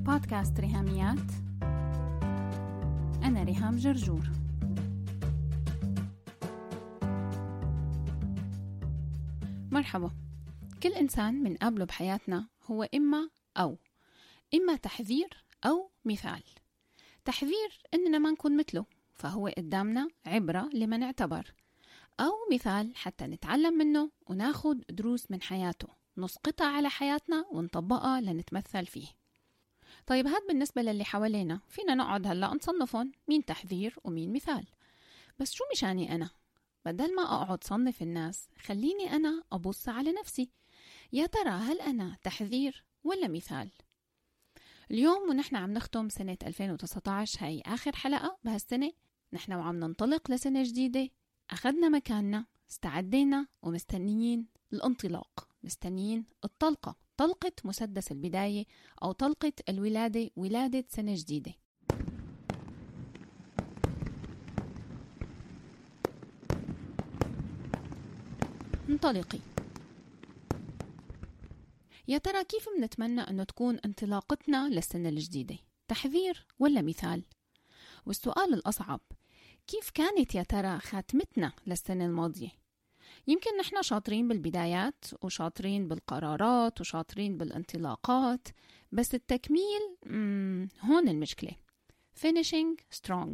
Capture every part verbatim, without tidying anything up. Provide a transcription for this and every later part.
بودكاست ريهاميات. أنا ريهام جرجور. مرحبا. كل إنسان من قبله بحياتنا هو إما أو إما تحذير أو مثال. تحذير إننا ما نكون مثله، فهو قدامنا عبرة لمن اعتبر، أو مثال حتى نتعلم منه وناخد دروس من حياته نسقطها على حياتنا ونطبقها لنتمثل فيه. طيب هاد بالنسبة للي حوالينا، فينا نقعد هلأ نصنفهم مين تحذير ومين مثال. بس شو مشاني أنا؟ بدل ما أقعد صنف الناس، خليني أنا أبص على نفسي. يا ترى هل أنا تحذير ولا مثال؟ اليوم ونحن عم نختم سنة ألفين وتسعة عشر، هاي آخر حلقة بهالسنة، نحن وعم ننطلق لسنة جديدة. أخذنا مكاننا، استعدينا ومستنيين الانطلاق، مستنيين الطلقة، طلقة مسدس البداية أو طلقة الولادة، ولادة سنة جديدة. انطلقي. يا ترى كيف بنتمنى أنه تكون انطلاقتنا للسنة الجديدة؟ تحذير ولا مثال؟ والسؤال الأصعب، كيف كانت يا ترى خاتمتنا للسنة الماضية؟ يمكن نحن شاطرين بالبدايات وشاطرين بالقرارات وشاطرين بالانطلاقات، بس التكميل هون المشكلة. finishing strong.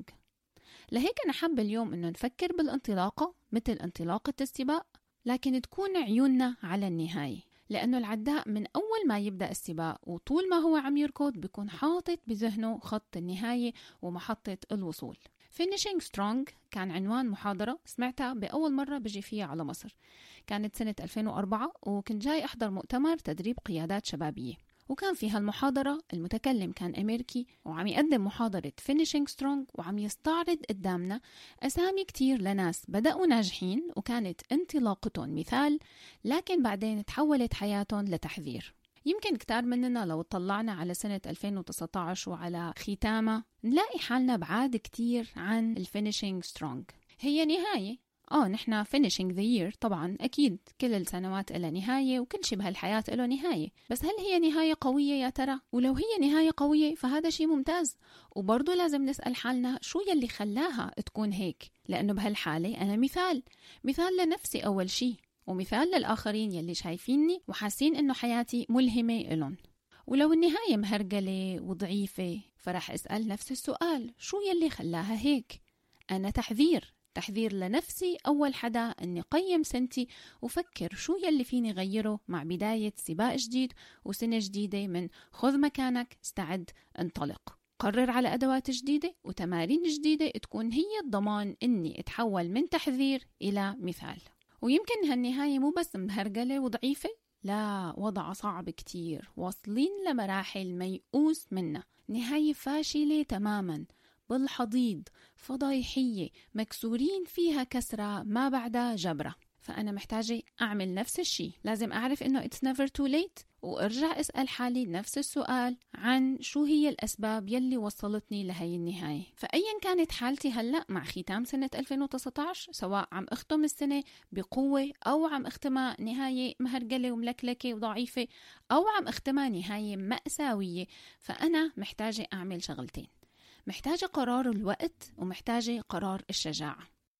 لهيك أنا حابة اليوم أنه نفكر بالانطلاقة مثل انطلاقة السباق، لكن تكون عيوننا على النهاية، لأنه العداء من أول ما يبدأ السباق وطول ما هو عم يركض بيكون حاطط بذهنه خط النهاية ومحطة الوصول. finishing strong كان عنوان محاضرة سمعتها بأول مرة بجي فيها على مصر. كانت سنة ألفين وأربعة، وكنت جاي أحضر مؤتمر تدريب قيادات شبابية، وكان فيها المحاضرة المتكلم كان أمريكي وعم يقدم محاضرة finishing strong، وعم يستعرض قدامنا أسامي كتير لناس بدأوا ناجحين وكانت انطلاقتهم مثال، لكن بعدين تحولت حياتهم لتحذير. يمكن كتار مننا لو طلعنا على سنة ألفين وتسعة عشر وعلى ختامها نلاقي حالنا بعاد كتير عن الفينيشينج سترونج. هي نهاية، آه نحنا finishing the year، طبعا أكيد كل السنوات إلها نهاية وكل شيء بهالحياة إله نهاية، بس هل هي نهاية قوية يا ترى؟ ولو هي نهاية قوية فهذا شيء ممتاز، وبرضه لازم نسأل حالنا شو يلي خلاها تكون هيك، لأنه بهالحالة أنا مثال مثال لنفسي أول شيء، ومثال للآخرين يلي شايفيني وحاسين إنه حياتي ملهمة إلهم. ولو النهاية مهرجلة وضعيفة فرح أسأل نفس السؤال، شو يلي خلاها هيك؟ أنا تحذير تحذير لنفسي أول حدا أني قيم سنتي وفكر شو يلي فيني غيره مع بداية سباق جديد وسنة جديدة من خذ مكانك، استعد، انطلق. قرر على أدوات جديدة وتمارين جديدة تكون هي الضمان أني اتحول من تحذير إلى مثال. ويمكن هالنهاية مو بس مهرجلة وضعيفة، لا، وضع صعب كتير، واصلين لمراحل ميؤوس منها، نهاية فاشلة تماما، بالحضيض، فضايحية، مكسورين فيها كسرة ما بعدها جبرة. فأنا محتاجة أعمل نفس الشيء، لازم أعرف إنه it's never too late، وأرجع أسأل حالي نفس السؤال عن شو هي الأسباب يلي وصلتني لهي النهاية. فأيا كانت حالتي هلأ مع ختام سنة ألفين وتسعة عشر، سواء عم أختم السنة بقوة أو عم أختمها نهاية مهرجلة وملكلكة وضعيفة أو عم أختمها نهاية مأساوية، فأنا محتاجة أعمل شغلتين، محتاجة قرار الوقت ومحتاجة قرار الشجاعة.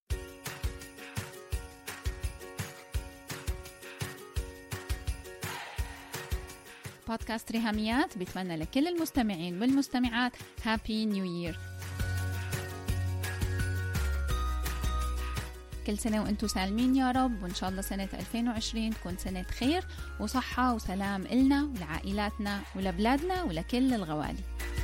بودكاست ريهاميات بيتمنى لكل المستمعين والمستمعات هابي نيو يير. كل سنة وانتم سالمين يا رب، وإن شاء الله سنة ألفين وعشرين تكون سنة خير وصحة وسلام إلنا ولعائلاتنا ولبلادنا ولكل الغوالي.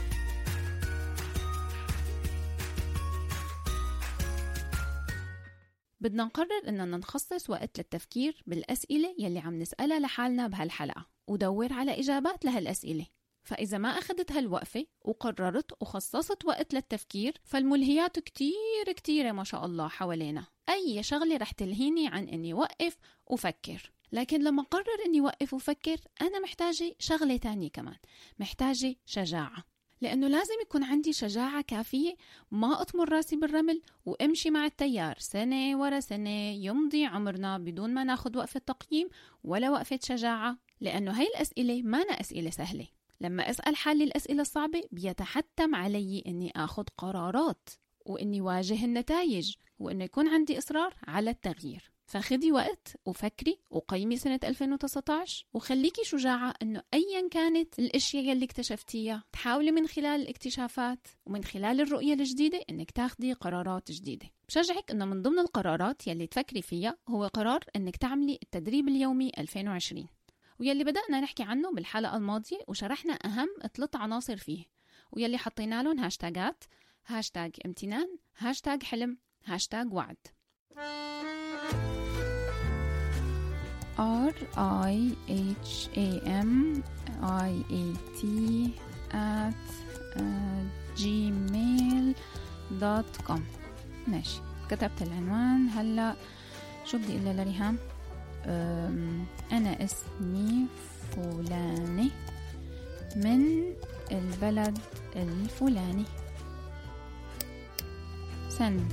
بدنا نقرر إننا نخصص وقت للتفكير بالأسئلة يلي عم نسألها لحالنا بهالحلقة، ودور على إجابات لهالأسئلة. فإذا ما أخذت هالوقفة وقررت وخصصت وقت للتفكير، فالملهيات كتير كتيرة ما شاء الله حوالينا، أي شغلة رح تلهيني عن إني وقف وفكر. لكن لما قرر إني وقف وفكر، أنا محتاجة شغلة تانية كمان، محتاجة شجاعة، لأنه لازم يكون عندي شجاعة كافية ما أطمر راسي بالرمل وأمشي مع التيار سنة ورا سنة يمضي عمرنا بدون ما ناخد وقفة تقييم ولا وقفة شجاعة. لأنه هاي الأسئلة ما أنا أسئلة سهلة، لما أسأل حالي الأسئلة الصعبة بيتحتم علي أني أخذ قرارات وأني واجه النتائج وأنه يكون عندي إصرار على التغيير. فخدي وقت وفكري وقيمي سنة ألفين وتسعة عشر وخليكي شجاعة أنه أيا كانت الأشياء اللي اكتشفتيها تحاولي من خلال الاكتشافات ومن خلال الرؤية الجديدة أنك تاخدي قرارات جديدة. بشجعك أنه من ضمن القرارات يلي تفكري فيها هو قرار أنك تعملي التدريب اليومي ألفين وعشرين، ويلي بدأنا نحكي عنه بالحلقة الماضية وشرحنا أهم ثلاث عناصر فيه، ويلي حطينا لهم هاشتاجات: هاشتاج امتنان، هاشتاج حلم، هاشتاج وعد. R I H A M I A T at gmail دوت كوم. ماشي، كتبت العنوان. هلأ شو بدي إلا لريهام؟ أنا اسمي فلاني من البلد الفلاني، سن.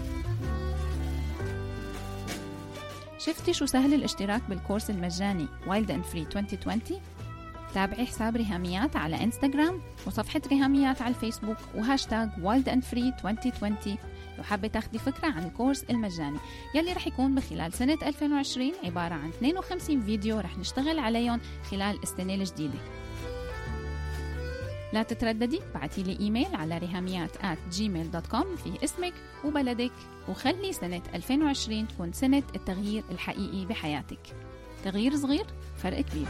شفتي شو سهل الاشتراك بالكورس المجاني Wild and Free ألفين وعشرين؟ تابعي حساب ريهاميات على انستغرام وصفحة ريهاميات على الفيسبوك وهاشتاج Wild and Free ألفين وعشرين لو حابة تاخدي فكرة عن الكورس المجاني يلي رح يكون بخلال سنة ألفين وعشرين عبارة عن اثنين وخمسين فيديو رح نشتغل عليهم خلال السنة الجديدة. لا تترددي، بعتي لي إيميل على ريهاميات آت جيميل دوت كوم فيه اسمك وبلدك، وخلي سنة ألفين وعشرين تكون سنة التغيير الحقيقي بحياتك. تغيير صغير، فرق كبير.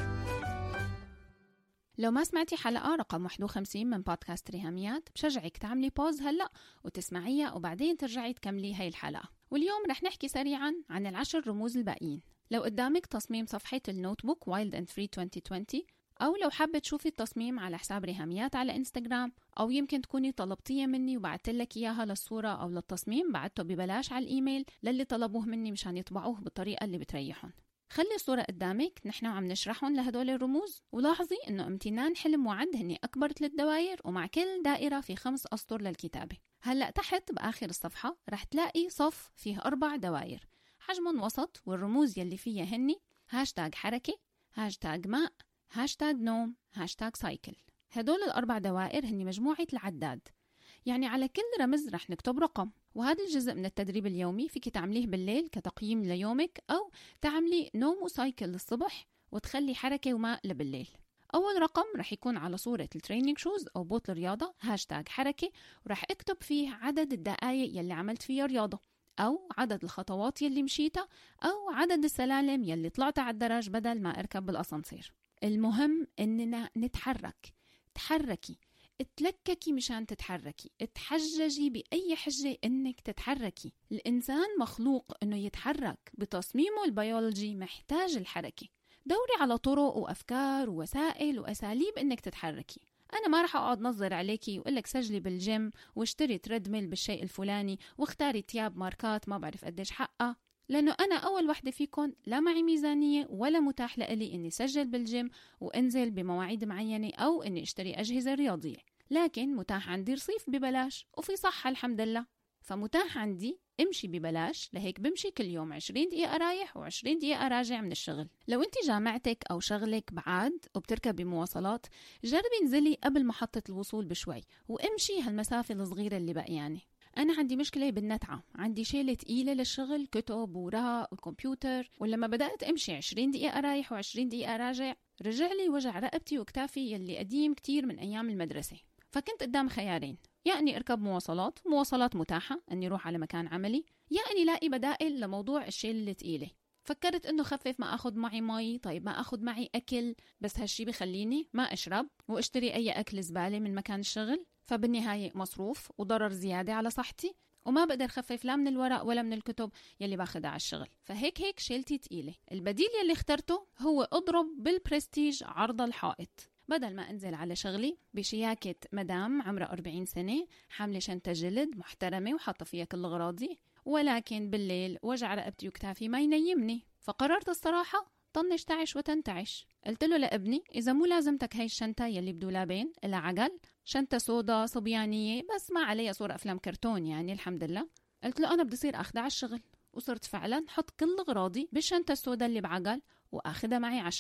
لو ما سمعتي حلقة رقم واحد وخمسين من بودكاست ريهاميات بشجعك تعملي بوز هلأ وتسمعيها وبعدين ترجعي تكملي هاي الحلقة. واليوم رح نحكي سريعا عن العشر رموز الباقيين. لو قدامك تصميم صفحة النوت بوك Wild and Free ألفين وعشرين، أو لو حابة تشوفي التصميم على حساب ريهاميات على إنستغرام، أو يمكن تكوني طلبتيها مني وبعتلك إياها للصورة أو للتصميم بعته ببلاش على الإيميل للي طلبوه مني مشان يطبعوه بالطريقة اللي بتريحهم. خلي الصورة قدامك نحن عم نشرحهم لهدول الرموز، ولاحظي إنه امتنان، حلم، وعد هني أكبر ثلاث دوائر، ومع كل دائرة في خمس أسطر للكتابة. هلأ تحت بآخر الصفحة رح تلاقي صف فيه أربع دوائر حجم وسط، والرموز يلي فيها هني هاشتاج حركة، هاشتاج ماء، هاشتاج نوم، هاشتاج سايكل. هدول الأربع دوائر هني مجموعة العداد، يعني على كل رمز رح نكتب رقم. وهذا الجزء من التدريب اليومي فيك تعمليه بالليل كتقييم ليومك، أو تعملي نوم وسايكل للصبح وتخلي حركة وماء لبالليل. أول رقم رح يكون على صورة التريننج شوز أو بوت الرياضة، هاشتاج حركة، ورح اكتب فيه عدد الدقايق يلي عملت فيها رياضة، أو عدد الخطوات يلي مشيتها، أو عدد السلالم يلي طلعت على الدرج بدل ما أركب بالأسانسير. المهم إننا نتحرك. تحركي، اتلككي مشان تتحركي، اتحججي بأي حجة إنك تتحركي. الإنسان مخلوق إنه يتحرك، بتصميمه البيولوجي محتاج الحركة. دوري على طرق وأفكار ووسائل وأساليب إنك تتحركي. أنا ما رح أقعد نظر عليكي وقلك سجلي بالجيم واشتري تريدميل بالشيء الفلاني واختاري تياب ماركات ما بعرف قديش حقها، لأنه أنا أول وحدة فيكم لا معي ميزانية ولا متاح لي إني سجل بالجيم وانزل بمواعيد معينة أو إني اشتري أجهزة رياضية. لكن متاح عندي رصيف ببلاش وفي صحة الحمد لله، فمتاح عندي امشي ببلاش. لهيك بمشي كل يوم عشرين دقيقة رايح وعشرين دقيقة راجع من الشغل. لو انت جامعتك أو شغلك بعاد وبتركبي مواصلات، جربي انزلي قبل محطة الوصول بشوي وامشي هالمسافة الصغيرة اللي بقياني. أنا عندي مشكلة بالنتعة، عندي شيلة تقيلة للشغل، كتب وورق والكمبيوتر، ولما بدأت أمشي عشرين دقيقة رايح وعشرين دقيقة راجع رجع لي وجع رقبتي وكتافي يلي قديم كتير من أيام المدرسة. فكنت قدام خيارين، يا أني أركب مواصلات مواصلات متاحة أني أروح على مكان عملي، يا أني لاقي بدائل لموضوع الشيلة التقيلة. فكرت أنه خفف، ما أخذ معي مي، طيب ما أخذ معي أكل، بس هالشي بخليني ما أشرب واشتري أي أكل زبالة من مكان الشغل، فبالنهاية مصروف وضرر زيادة على صحتي، وما بقدر خفف لا من الورق ولا من الكتب يلي باخدها على الشغل. فهيك هيك شيلتي تقيلة. البديل يلي اخترته هو أضرب بالبرستيج عرض الحائط. بدل ما أنزل على شغلي بشياكة مدام عمرها أربعين سنة حاملة شنطة جلد محترمة وحاطة فيها كل أغراضي، ولكن بالليل وجع رقبتي وكتافي ما ينيمني، فقررت الصراحة طنش تعش وتنتعش. قلت له لابني إذا مو لازمتك هاي الشنطة يلي بدولابين إلى عجل، شنطة سودا صبيانية بس ما عليها صورة أفلام كرتون يعني الحمد لله. قلت له أنا بدي صير أخدها على الشغل، وصرت فعلا حط كل أغراضي بالشنطة السودا اللي بعجل وأخدها معي على الشغل.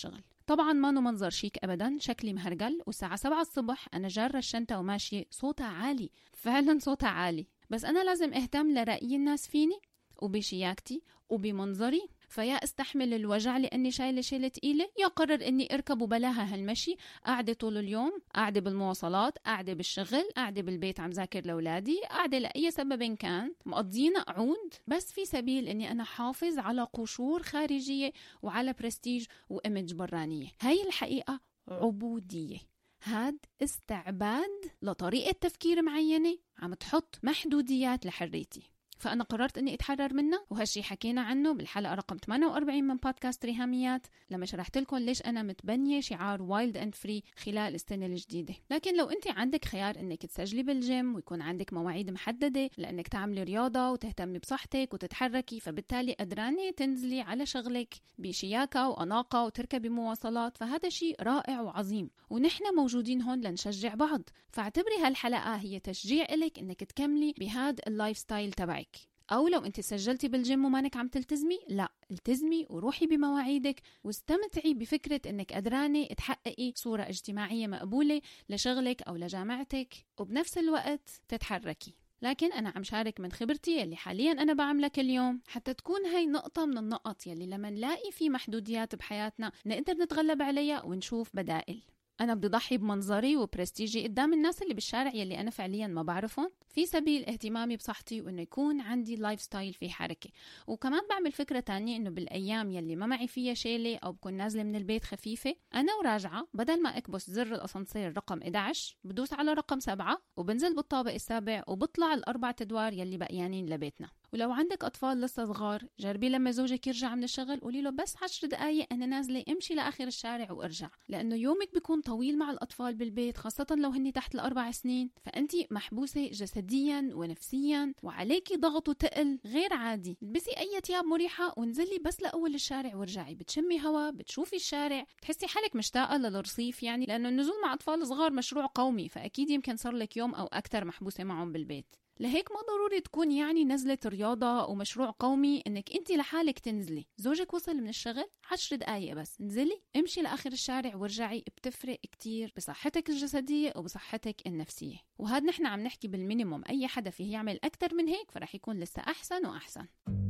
طبعا ما نو منظر شيك أبدا، شكلي مهرجل، والساعة سبعة الصبح أنا جارة الشنطة وماشية، صوتها عالي، فعلا صوتها عالي، بس أنا لازم أهتم لرأي الناس فيني وبشياكتي وبمنظري. فيا استحمل الوجع لأني شايلة شيلة تقيلة، يا قرر أني أركب وبلاها هالمشي، قاعدة طول اليوم، قاعدة بالمواصلات، قاعدة بالشغل، قاعدة بالبيت عم ذاكر لأولادي، قاعدة لأي سبب كان، مقضينا قعود بس في سبيل أني أنا حافظ على قشور خارجية وعلى برستيج وإيمج برانية. هاي الحقيقة عبودية، هاد استعباد لطريقة تفكير معينة عم تحط محدوديات لحريتي. فأنا قررت أني أتحرر منها، وهالشي حكينا عنه بالحلقة رقم ثمانية وأربعين من بودكاست ريهاميات لما شرحت لكم ليش أنا متبنية شعار وايلد أند فري خلال السنة الجديدة. لكن لو أنت عندك خيار أنك تسجلي بالجيم ويكون عندك مواعيد محددة لأنك تعملي رياضة وتهتمي بصحتك وتتحركي، فبالتالي قدرانة تنزلي على شغلك بشياكة وأناقة وتركبي مواصلات، فهذا شيء رائع وعظيم، ونحن موجودين هون لنشجع بعض. فاعتبري هالحلقة هي تشجيع إلك أنك تكملي بهذا اللايف ستايل تبعك. أو لو أنت سجلتي بالجيم ومانك عم تلتزمي، لا، التزمي وروحي بمواعيدك واستمتعي بفكرة أنك قدرانة تحققي صورة اجتماعية مقبولة لشغلك أو لجامعتك، وبنفس الوقت تتحركي. لكن أنا عم شارك من خبرتي يلي حاليا أنا بعملها كل يوم، حتى تكون هاي نقطة من النقط يلي لما نلاقي في محدوديات بحياتنا نقدر نتغلب عليها ونشوف بدائل. أنا بدي ضحي بمنظري وبرستيجي قدام الناس اللي بالشارع يلي أنا فعليا ما بعرفهم في سبيل اهتمامي بصحتي وإنه يكون عندي لايف ستايل في حركة. وكمان بعمل فكرة تانية إنه بالأيام يلي ما معي فيها شيلة أو بكون نازلة من البيت خفيفة، أنا وراجعة بدل ما أكبس زر الأسانسير رقم إحدى عشر بدوس على رقم سبعة وبنزل بالطابق السابع وبطلع الأربع أدوار يلي بقيانين لبيتنا. ولو عندك أطفال لسه صغار، جربي لما زوجك يرجع من الشغل قولي له بس عشر دقايق أنا نازلة امشي لآخر الشارع وارجع، لأنه يومك بيكون طويل مع الأطفال بالبيت، خاصة لو هني تحت الأربع سنين، فأنت محبوسة جسديا ونفسيا وعليكي ضغط وتقل غير عادي. البسي أي تياب مريحة وانزلي بس لأول الشارع وارجعي، بتشمي هوا، بتشوفي الشارع، بتحسي حالك مشتاقة للرصيف، يعني لأنه النزول مع أطفال صغار مشروع قومي، فأكيد يمكن صار لك يوم أو أكتر محبوسة معهم بالبيت. لهيك ما ضروري تكون يعني نزلة رياضة أو مشروع قومي إنك أنت لحالك تنزلي. زوجك وصل من الشغل، عشر دقايق بس انزلي امشي لآخر الشارع وارجعي، بتفرق كتير بصحتك الجسدية وبصحتك النفسية. وهذا نحن عم نحكي بالمينيموم، أي حدا فيه يعمل أكتر من هيك فرح يكون لسه أحسن وأحسن.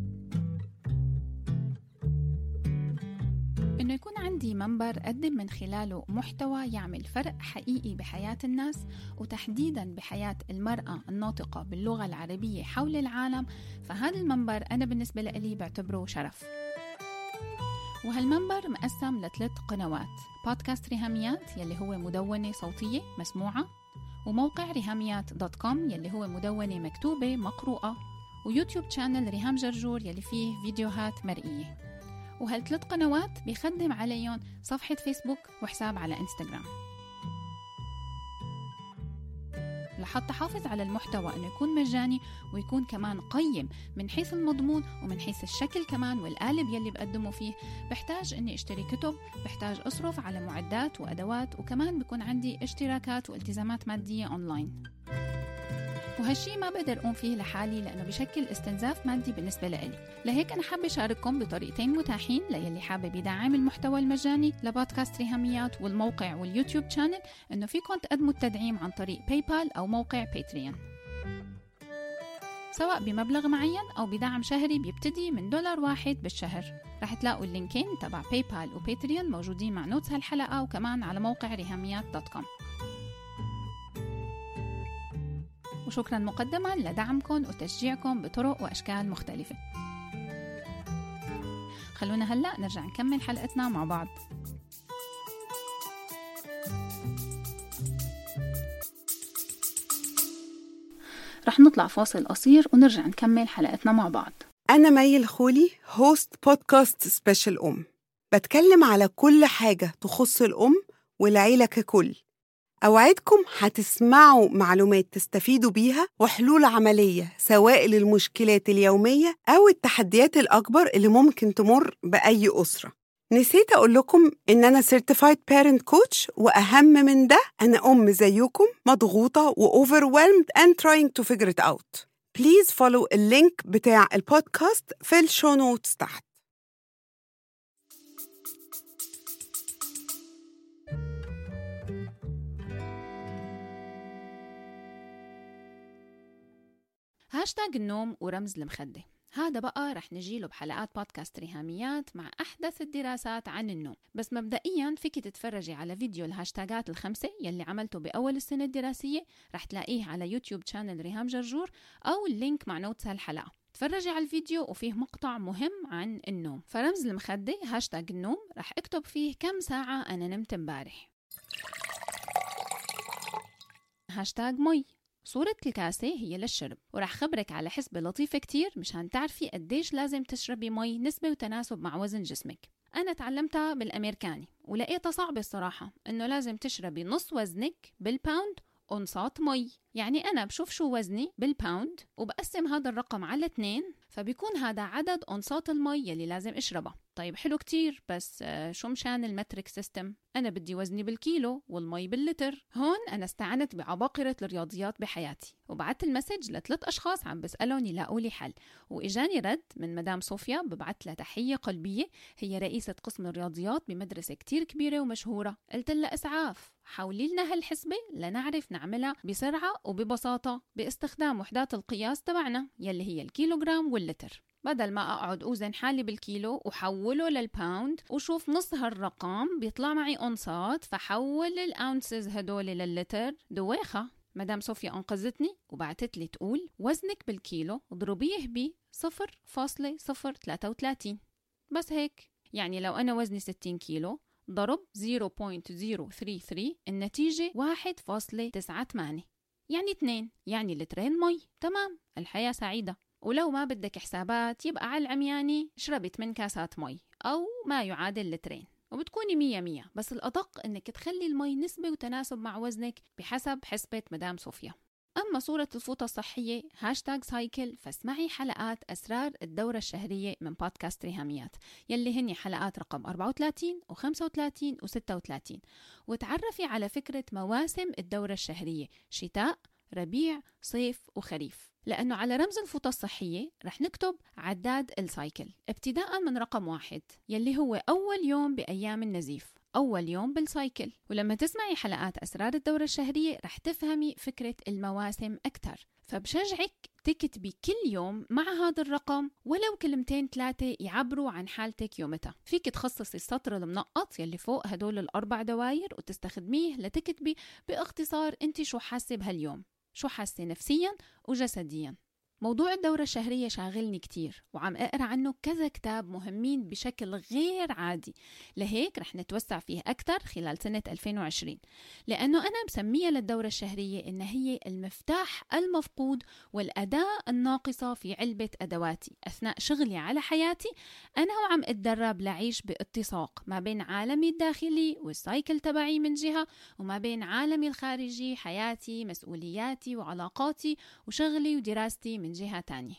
إنه يكون عندي منبر أقدم من خلاله محتوى يعمل فرق حقيقي بحياة الناس، وتحديداً بحياة المرأة الناطقة باللغة العربية حول العالم، فهذا المنبر أنا بالنسبة لي بعتبره شرف. وهالمنبر مقسم لثلاث قنوات: بودكاست ريهاميات يلي هو مدونة صوتية مسموعة، وموقع ريهاميات دوت كوم يلي هو مدونة مكتوبة مقروءة، ويوتيوب شانل ريهام جرجور يلي فيه فيديوهات مرئية. وهالثلاث قنوات بيخدم عليهم صفحة فيسبوك وحساب على إنستغرام. لحتى حافظ على المحتوى أنه يكون مجاني ويكون كمان قيم من حيث المضمون ومن حيث الشكل كمان والقالب يلي بقدمه فيه، بحتاج أني اشتري كتب، بحتاج أصرف على معدات وأدوات، وكمان بيكون عندي اشتراكات والتزامات مادية أونلاين. وهالشي ما بقدر أقوم فيه لحالي لأنه بشكل استنزاف مادي بالنسبة لإلي. لهيك أنا حابة أشارككم بطريقتين متاحين للي حابب يدعم المحتوى المجاني لبودكاست ريهاميات والموقع واليوتيوب شانل، إنه فيكم تقدموا التدعيم عن طريق باي بال أو موقع باتريون، سواء بمبلغ معين أو بدعم شهري بيبتدي من دولار واحد بالشهر. رح تلاقوا اللينكين تبع باي بال وباتريون موجودين مع نوتس هالحلقة وكمان على موقع ريهاميات دوت كوم. وشكرا مقدما لدعمكم وتشجيعكم بطرق وأشكال مختلفة. خلونا هلأ نرجع نكمل حلقتنا مع بعض. رح نطلع فاصل قصير ونرجع نكمل حلقتنا مع بعض. أنا مي الخولي، هوست بودكاست سبيشال أم، بتكلم على كل حاجة تخص الأم والعيلة ككل. أوعدكم هتسمعوا معلومات تستفيدوا بيها وحلول عملية، سواء للمشكلات اليومية أو التحديات الأكبر اللي ممكن تمر بأي أسرة. نسيت أقول لكم إن أنا Certified Parent Coach، وأهم من ده أنا أم زيكم مضغوطة و overwhelmed and trying to figure it out. Please follow اللينك بتاع البودكاست في الشو نوتس تحت. هاشتاج النوم ورمز المخدة، هذا بقى رح نجيله بحلقات بودكاست ريهاميات مع أحدث الدراسات عن النوم. بس مبدئياً فيك تتفرجي على فيديو الهاشتاجات الخمسة يلي عملته بأول السنة الدراسية، رح تلاقيه على يوتيوب شانل ريهام جرجور أو اللينك مع نوتس هالحلقة. تفرجي على الفيديو وفيه مقطع مهم عن النوم. فرمز المخدة هاشتاج النوم رح اكتب فيه كم ساعة أنا نمت امبارح. هاشتاج مي، صورة الكاسة هي للشرب، ورح خبرك على حسبة لطيفة كتير مشان تعرفي قديش لازم تشربي مي نسبة وتناسب مع وزن جسمك. أنا تعلمتها بالأمريكاني ولقيتها صعبة الصراحة، إنه لازم تشربي نص وزنك بالباوند أنصات مي. يعني أنا بشوف شو وزني بالباوند وبقسم هذا الرقم على اثنين، فبيكون هذا عدد أنصات المي يلي لازم أشربها. طيب حلو كتير، بس شو مشان المترك سيستم؟ أنا بدي وزني بالكيلو والمي باللتر. هون أنا استعنت بعباقرة الرياضيات بحياتي وبعت المسج لثلاث أشخاص عم بسألون يلاقوا لي حل، وإجاني رد من مدام صوفيا ببعت لها تحية قلبية، هي رئيسة قسم الرياضيات بمدرسة كتير كبيرة ومشهورة. قلت لها إسعاف، حاولي لنا هالحسبة لنعرف نعملها بسرعة وببساطة باستخدام وحدات القياس تبعنا يلي هي الكيلوغرام واللتر، بدل ما أقعد أوزن حالي بالكيلو وحوله للباوند وشوف نص هالرقم بيطلع معي أنصات فحول الأونسز هدول لللتر. دويخة. مدام صوفيا أنقذتني وبعتت لي تقول وزنك بالكيلو ضربيه ب صفر فاصلة صفر ثلاثة وثلاثين، بس هيك. يعني لو أنا وزني ستين كيلو ضرب صفر فاصلة صفر ثلاثة ثلاثة، النتيجة واحد فاصلة تسعة ثمانية، يعني اثنين، يعني لترين مي. تمام، الحياة سعيدة. ولو ما بدك حسابات يبقى على العمياني شربي ثمان كاسات مي أو ما يعادل لترين وبتكوني مية مية. بس الأدق إنك تخلي المي نسبة وتناسب مع وزنك بحسب حسبة مدام صوفيا. أما صورة الفوطة الصحية هاشتاج سايكل، فاسمعي حلقات أسرار الدورة الشهرية من بودكاست ريهاميات يلي هني حلقات رقم أربعة وثلاثين وخمسة وثلاثين وستة وثلاثين، وتعرفي على فكرة مواسم الدورة الشهرية: شتاء، ربيع، صيف وخريف. لأنه على رمز الفوطة الصحية رح نكتب عداد السايكل ابتداء من رقم واحد يلي هو أول يوم بأيام النزيف، أول يوم بالسايكل. ولما تسمعي حلقات أسرار الدورة الشهرية رح تفهمي فكرة المواسم أكتر. فبشجعك تكتبي كل يوم مع هذا الرقم ولو كلمتين ثلاثة يعبروا عن حالتك يومتها. فيك تخصصي السطر المنقط يلي فوق هدول الأربع دواير وتستخدميه لتكتبي باختصار أنت شو حاسة بهاليوم، شو حاسة نفسياً وجسدياً. موضوع الدورة الشهرية شاغلني كتير وعم أقرأ عنه كذا كتاب مهمين بشكل غير عادي، لهيك رح نتوسع فيه أكتر خلال سنة ألفين وعشرين، لأنه أنا مسمية للدورة الشهرية إن هي المفتاح المفقود والأداة الناقصة في علبة أدواتي أثناء شغلي على حياتي أنا وعم أتدرب لعيش باتساق ما بين عالمي الداخلي والسايكل تبعي من جهة، وما بين عالمي الخارجي حياتي، مسؤولياتي وعلاقاتي وشغلي ودراستي من جهة تانية.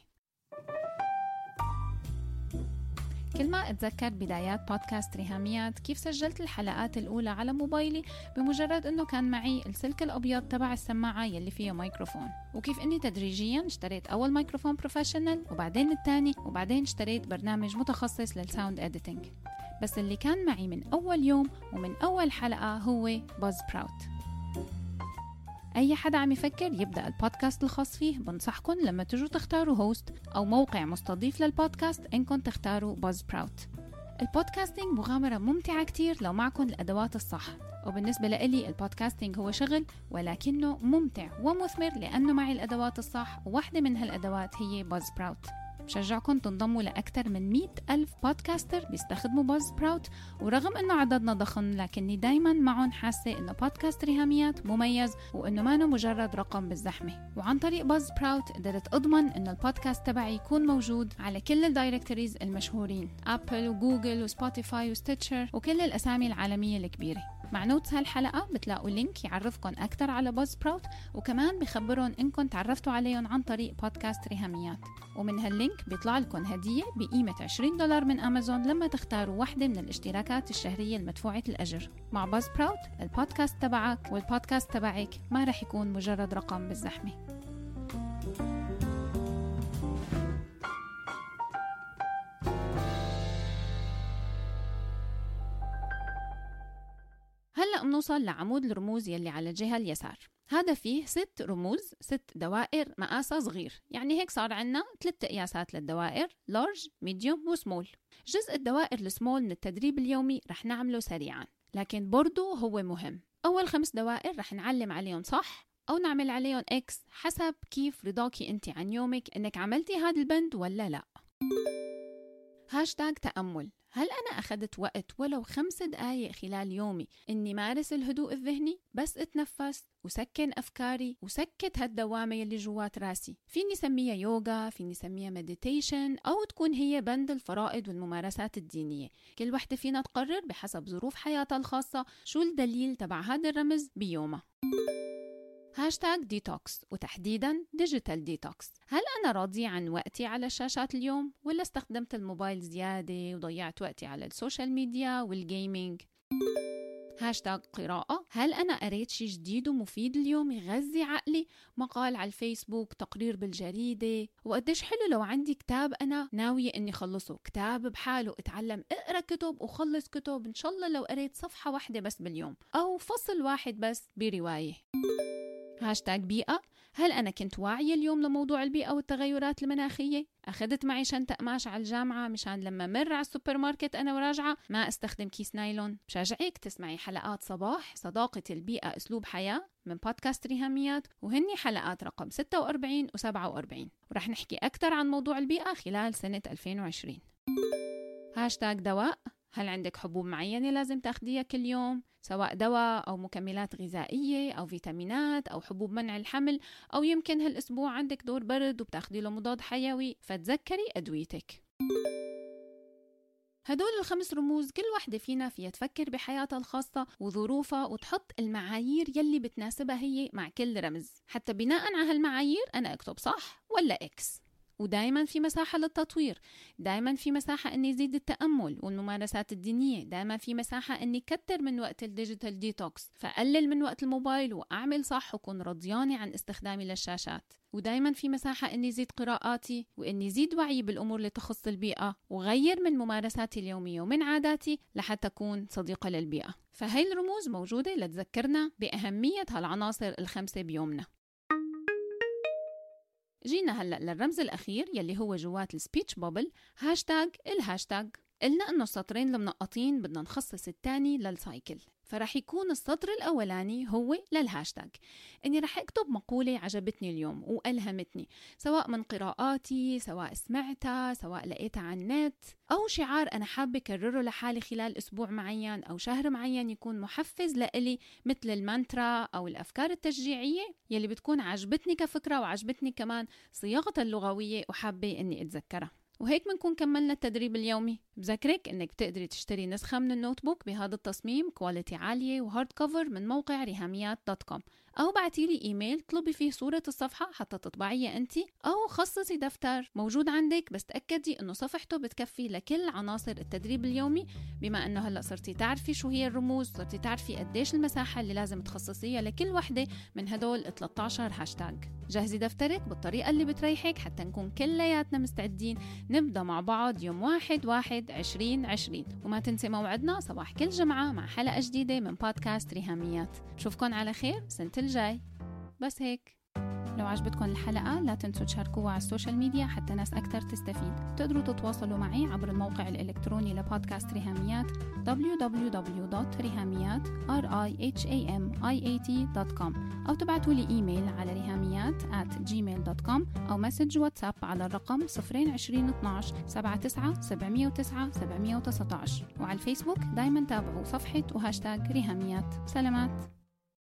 كل ما أتذكر بدايات بودكاست ريهاميات كيف سجلت الحلقات الأولى على موبايلي بمجرد أنه كان معي السلك الأبيض تبع السماعة يلي فيه ميكروفون، وكيف أني تدريجيا اشتريت أول ميكروفون بروفيشنال وبعدين الثاني وبعدين اشتريت برنامج متخصص للساوند إديتينج. بس اللي كان معي من أول يوم ومن أول حلقة هو Buzzsprout. أي حدا عم يفكر يبدأ البودكاست الخاص فيه بنصحكم لما تجوا تختاروا هوست أو موقع مستضيف للبودكاست إنكم تختاروا Buzzsprout. البودكاستينج مغامرة ممتعة كتير لو معكم الأدوات الصح، وبالنسبة لإلي البودكاستينج هو شغل ولكنه ممتع ومثمر لأنه معي الأدوات الصح، وواحدة من هالأدوات هي Buzzsprout. بشجعكم تنضموا لأكثر من مئة ألف بودكاستر بيستخدموا Buzzsprout، ورغم أنه عددنا ضخم لكني دايما معهم حاسة أنه بودكاست ريهاميات مميز وأنه ما مجرد رقم بالزحمة. وعن طريق Buzzsprout قدرت أضمن أنه البودكاست تبعي يكون موجود على كل الدايركتوريز المشهورين، أبل وجوجل وسبوتيفاي وستيتشر وكل الأسامي العالمية الكبيرة. مع نوتس هالحلقة بتلاقوا لينك يعرفكم أكتر على Buzzsprout، وكمان بخبرون إنكم تعرفتوا عليهم عن طريق بودكاست ريهاميات، ومن هاللينك بيطلع لكم هدية بقيمة عشرين دولار من أمازون لما تختاروا واحدة من الاشتراكات الشهرية المدفوعة الأجر. مع Buzzsprout البودكاست تبعك والبودكاست تبعك ما رح يكون مجرد رقم بالزحمة. نوصل لعمود الرموز يلي على الجهة اليسار. هذا فيه ست رموز، ست دوائر مقاسها صغير، يعني هيك صار عنا ثلاث قياسات للدوائر: لارج، ميديوم وسمول. جزء الدوائر السمول من التدريب اليومي رح نعمله سريعا، لكن برضو هو مهم. أول خمس دوائر رح نعلم عليهم صح أو نعمل عليهم إكس حسب كيف رضاكي أنت عن يومك إنك عملتي هذا البند ولا لا. هاشتاج تأمل. هل أنا أخذت وقت ولو خمس دقايق خلال يومي إني مارس الهدوء الذهني؟ بس اتنفس وسكن أفكاري وسكت هالدوامة يلي جوات راسي. فيني سميها يوغا، فيني سميها مديتيشن، أو تكون هي بند الفرائض والممارسات الدينية. كل وحدة فينا تقرر بحسب ظروف حياتها الخاصة شو الدليل تبع هذا الرمز بيومها. هاشتاج ديتوكس، وتحديداً ديجيتال ديتوكس. هل أنا راضية عن وقتي على الشاشات اليوم؟ ولا استخدمت الموبايل زيادة وضيعت وقتي على السوشيال ميديا والجيمينج؟ هاشتاج قراءة. هل أنا قريت شيء جديد ومفيد اليوم يغذي عقلي؟ مقال على الفيسبوك، تقرير بالجريدة. وقديش حلو لو عندي كتاب أنا ناوية إني خلصه، كتاب بحاله. اتعلم اقرأ كتب وخلص كتب، إن شاء الله لو قريت صفحة واحدة بس باليوم أو فصل واحد بس برواية. هاشتاج بيئة. هل أنا كنت واعية اليوم لموضوع البيئة والتغيرات المناخية؟ أخذت معي شنطة قماش على الجامعة مشان لما مر على السوبر ماركت أنا وراجعة ما استخدم كيس نايلون؟ بشجعك تسمعي حلقات صباح صداقة البيئة أسلوب حياة من بودكاست ريهاميات، وهني حلقات رقم ستة وأربعين و سبعة وأربعين، ورح نحكي أكثر عن موضوع البيئة خلال سنة ألفين وعشرين. هاشتاج دواء. هل عندك حبوب معينة لازم تاخديها كل يوم، سواء دواء أو مكملات غذائية أو فيتامينات أو حبوب منع الحمل، أو يمكن هالأسبوع عندك دور برد وبتاخدي له مضاد حيوي، فتذكري أدويتك. هدول الخمس رموز كل واحدة فينا فيها تفكر بحياتها الخاصة وظروفها وتحط المعايير يلي بتناسبها هي مع كل رمز، حتى بناء على هالمعايير أنا أكتب صح ولا إكس. ودايما في مساحة للتطوير، دايما في مساحة أني يزيد التأمل والممارسات الدينية، دايما في مساحة أني كتر من وقت الديجيتال ديتوكس، فأقلل من وقت الموبايل وأعمل صح وكون رضياني عن استخدامي للشاشات. ودايما في مساحة أني يزيد قراءاتي وأني يزيد وعي بالأمور اللي تخص البيئة، وغير من ممارساتي اليومية ومن عاداتي لحتى أكون صديقة للبيئة. فهي الرموز موجودة لتذكرنا بأهمية هالعناصر الخمسة بيومنا. جينا هلأ للرمز الأخير يلي هو جوات السبيتش بابل، هاشتاج الهاشتاج. قلنا إنه السطرين المنقطين بدنا نخصص الثاني للسايكل، فرح يكون السطر الأولاني هو للهاشتاج، إني رح أكتب مقولة عجبتني اليوم وألهمتني، سواء من قراءاتي، سواء سمعتها، سواء لقيتها على النت، أو شعار أنا حابة كرره لحالي خلال أسبوع معين أو شهر معين يكون محفز لإلي، مثل المانترا أو الأفكار التشجيعية يلي بتكون عجبتني كفكرة وعجبتني كمان صياغتها اللغوية وحابة إني أتذكرها. وهيك منكون كملنا التدريب اليومي. بذكرك انك بتقدري تشتري نسخة من النوت بوك بهذا التصميم كواليتي عالية وهارد كفر من موقع ريهاميات دوت كوم، او بعتيلي ايميل طلبي فيه صورة الصفحة حتى تطبعيها انتي، او خصصي دفتر موجود عندك بس تأكدي انه صفحته بتكفي لكل عناصر التدريب اليومي، بما انه هلأ صرتي تعرفي شو هي الرموز، صرتي تعرفي قديش المساحة اللي لازم تخصصيها لكل وحدة من هدول ثلاثة عشر هاشتاج. جهزي دفترك بالطريقة اللي بتريحك حتى نكون كلياتنا مستعدين نبدأ مع بعض يوم واحد واحد عشرين عشرين. وما تنسي موعدنا صباح كل جمعة مع حلقة جديدة من بودكاست ريهاميات. نشوفكن على خير سنة الجاي. بس هيك. لو عجبتكم الحلقة لا تنسوا تشاركوها على السوشيال ميديا حتى ناس أكتر تستفيد. تقدروا تتواصلوا معي عبر الموقع الإلكتروني لبودكاست ريهاميات دبليو دبليو دبليو دوت ريهاميات دوت كوم، أو تبعتوا لي إيميل على ريهاميات آت جيميل دوت كوم، أو مسج واتساب على الرقم صفر عشرين اثناش سبعة تسعة سبعمية وتسعة سبعمية وتسعة عشر، وعلى الفيسبوك دايما تابعوا صفحة وهاشتاج ريهاميات. سلامات.